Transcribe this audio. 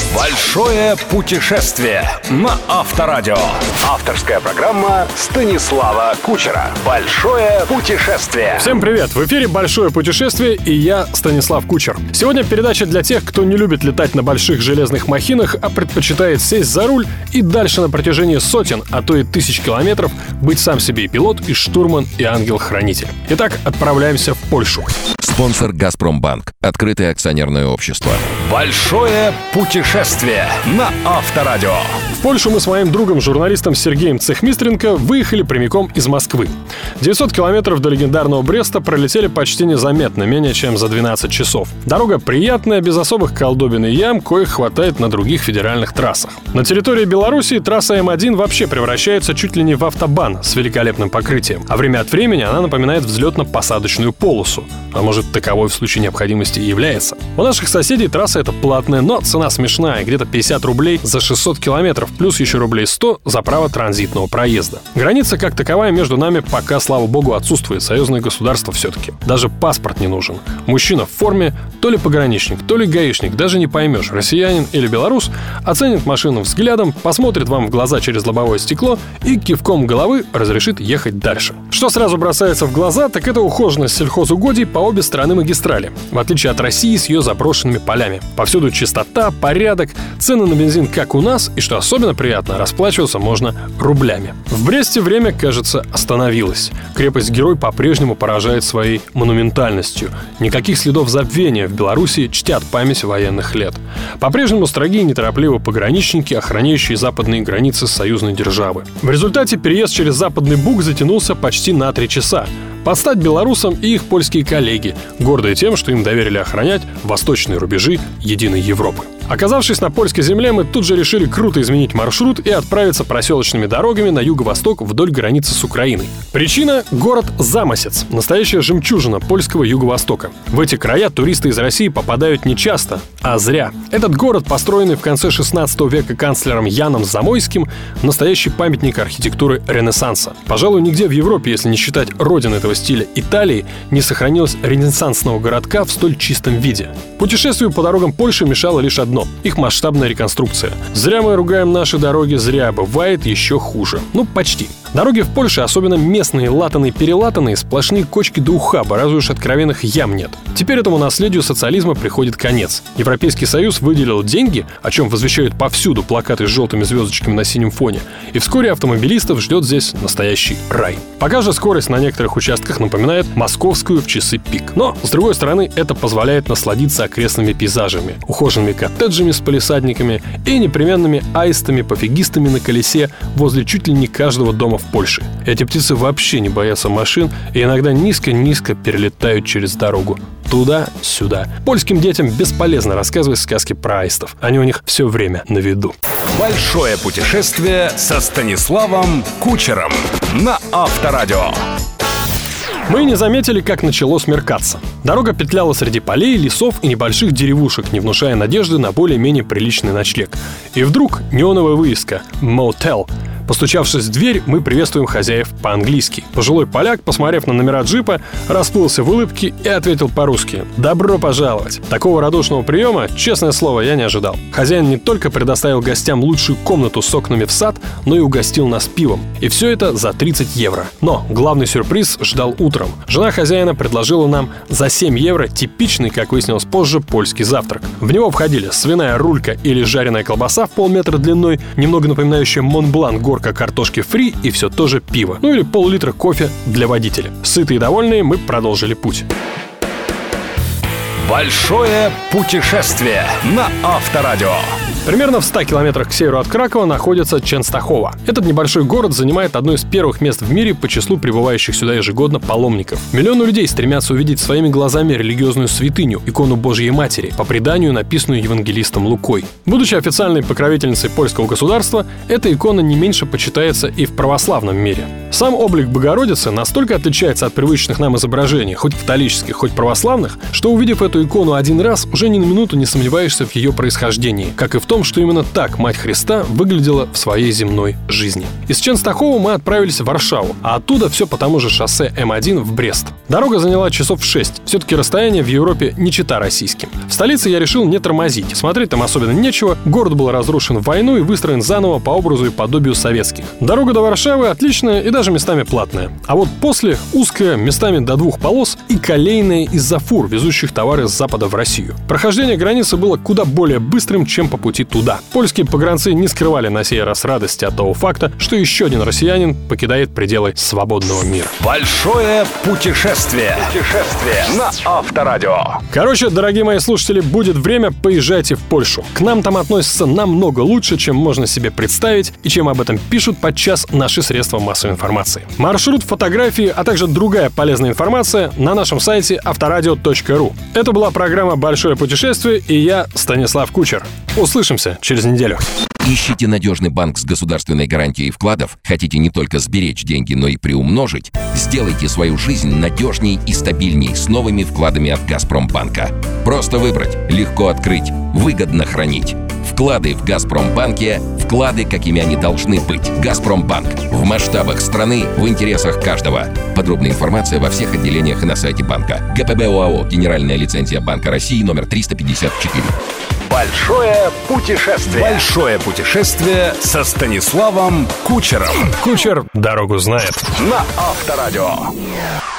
Большое путешествие на Авторадио. Авторская программа Станислава Кучера. Большое путешествие. Всем привет! В эфире «Большое путешествие» и я, Станислав Кучер. Сегодня передача для тех, кто не любит летать на больших железных махинах, а предпочитает сесть за руль и дальше на протяжении сотен, а то и тысяч километров быть сам себе и пилот, и штурман, и ангел-хранитель. Итак, отправляемся в Польшу. Спонсор «Газпромбанк». Открытое акционерное общество. Большое путешествие на Авторадио. В Польшу мы с моим другом, журналистом Сергеем Цехмистренко выехали прямиком из Москвы. 900 километров до легендарного Бреста пролетели почти незаметно, менее чем за 12 часов. Дорога приятная, без особых колдобин и ям, коих хватает на других федеральных трассах. На территории Белоруссии трасса М1 вообще превращается чуть ли не в автобан с великолепным покрытием, а время от времени она напоминает взлетно-посадочную полосу. А может, таковой в случае необходимости и является. У наших соседей трасса эта платная, но цена смешная, где-то 50 рублей за 600 километров, плюс еще рублей 100 за право транзитного проезда. Граница как таковая между нами пока, слава богу, отсутствует, союзное государство все-таки. Даже паспорт не нужен. Мужчина в форме, то ли пограничник, то ли гаишник, даже не поймешь, россиянин или белорус, оценит машину взглядом, посмотрит вам в глаза через лобовое стекло и кивком головы разрешит ехать дальше. Что сразу бросается в глаза, так это ухоженность сельхозугодий по обе стороны магистрали, в отличие от России с ее заброшенными полями. Повсюду чистота, порядок, цены на бензин как у нас, и что особенно приятно, расплачиваться можно рублями. В Бресте время, кажется, остановилось. Крепость-герой по-прежнему поражает своей монументальностью. Никаких следов забвения в Белоруссии чтят память военных лет. По-прежнему строги и неторопливо пограничники, охраняющие западные границы союзной державы. В результате переезд через Западный Буг затянулся почти на 3 часа. Под стать белорусам и их польские коллеги, гордые тем, что им доверили охранять восточные рубежи единой Европы. Оказавшись на польской земле, мы тут же решили круто изменить маршрут и отправиться проселочными дорогами на юго-восток вдоль границы с Украиной. Причина – город Замосец, настоящая жемчужина польского юго-востока. В эти края туристы из России попадают не часто, а зря. Этот город, построенный в конце 16 века канцлером Яном Замойским, настоящий памятник архитектуры Ренессанса. Пожалуй, нигде в Европе, если не считать родины этого стиля Италии, не сохранилось ренессансного городка в столь чистом виде. Путешествию по дорогам Польши мешало лишь одно – их масштабная реконструкция. Зря мы ругаем наши дороги, зря, бывает еще хуже. Ну, почти. Дороги в Польше, особенно местные, латанные-перелатанные, сплошные кочки до ухаба, разве уж откровенных ям нет. Теперь этому наследию социализма приходит конец. Европейский Союз выделил деньги, о чем возвещают повсюду плакаты с желтыми звездочками на синем фоне, и вскоре автомобилистов ждет здесь настоящий рай. Пока же скорость на некоторых участках напоминает московскую в часы пик. Но, с другой стороны, это позволяет насладиться окрестными пейзажами, ухоженными коттеджами с палисадниками и непременными аистами, пофигистами на колесе возле чуть ли не каждого дома в Польше. Эти птицы вообще не боятся машин и иногда низко-низко перелетают через дорогу. Туда-сюда. Польским детям бесполезно рассказывать сказки про аистов. Они у них все время на виду. Большое путешествие со Станиславом Кучером на Авторадио. Мы не заметили, как начало смеркаться. Дорога петляла среди полей, лесов и небольших деревушек, не внушая надежды на более-менее приличный ночлег. И вдруг неоновая вывеска «Motel». Постучавшись в дверь, мы приветствуем хозяев по-английски. Пожилой поляк, посмотрев на номера джипа, расплылся в улыбке и ответил по-русски: «Добро пожаловать!». Такого радушного приема, честное слово, я не ожидал. Хозяин не только предоставил гостям лучшую комнату с окнами в сад, но и угостил нас пивом. И все это за 30 евро. Но главный сюрприз ждал утром. Жена хозяина предложила нам за 7 евро типичный, как выяснилось позже, польский завтрак. В него входили свиная рулька или жареная колбаса в полметра длиной, немного напоминающая Монблан, горка картошки фри и все то же пиво. Ну или пол-литра кофе для водителя. Сытые и довольные мы продолжили путь. Большое путешествие на Авторадио. Примерно в 100 километрах к северу от Кракова находится Ченстахова. Этот небольшой город занимает одно из первых мест в мире по числу прибывающих сюда ежегодно паломников. Миллионы людей стремятся увидеть своими глазами религиозную святыню, икону Божьей Матери, по преданию написанную евангелистом Лукой. Будучи официальной покровительницей польского государства, эта икона не меньше почитается и в православном мире. Сам облик Богородицы настолько отличается от привычных нам изображений, хоть католических, хоть православных, что, увидев эту икону один раз, уже ни на минуту не сомневаешься в ее происхождении, как и в том, что именно так Мать Христа выглядела в своей земной жизни. Из Ченстахова мы отправились в Варшаву, а оттуда все по тому же шоссе М1 в Брест. Дорога заняла часов 6. Все-таки расстояние в Европе не чета российским. В столице я решил не тормозить. Смотреть там особенно нечего. Город был разрушен в войну и выстроен заново по образу и подобию советских. Дорога до Варшавы отличная и даже местами платная. А вот после узкая, местами до 2 полос, и колейная из-за фур, везущих товары с запада в Россию. Прохождение границы было куда более быстрым, чем по пути туда. Польские погранцы не скрывали на сей раз радости от того факта, что еще один россиянин покидает пределы свободного мира. Большое путешествие. На Авторадио. Короче, дорогие мои слушатели, будет время, поезжайте в Польшу. К нам там относятся намного лучше, чем можно себе представить и чем об этом пишут подчас наши средства массовой информации. Маршрут, фотографии, а также другая полезная информация на нашем сайте авторадио.ру. Это была программа «Большое путешествие» и я, Станислав Кучер. Услышимся через неделю. Ищите надежный банк с государственной гарантией вкладов? Хотите не только сберечь деньги, но и приумножить? Сделайте свою жизнь надежней и стабильней с новыми вкладами от Газпромбанка. Просто выбрать, легко открыть, выгодно хранить. Вклады в Газпромбанке – вклады, какими они должны быть. Газпромбанк. В масштабах страны, в интересах каждого. Подробная информация во всех отделениях и на сайте банка. ГПБ ОАО. Генеральная лицензия Банка России номер 354. Большое путешествие. Большое путешествие со Станиславом Кучером. Кучер дорогу знает. На Авторадио.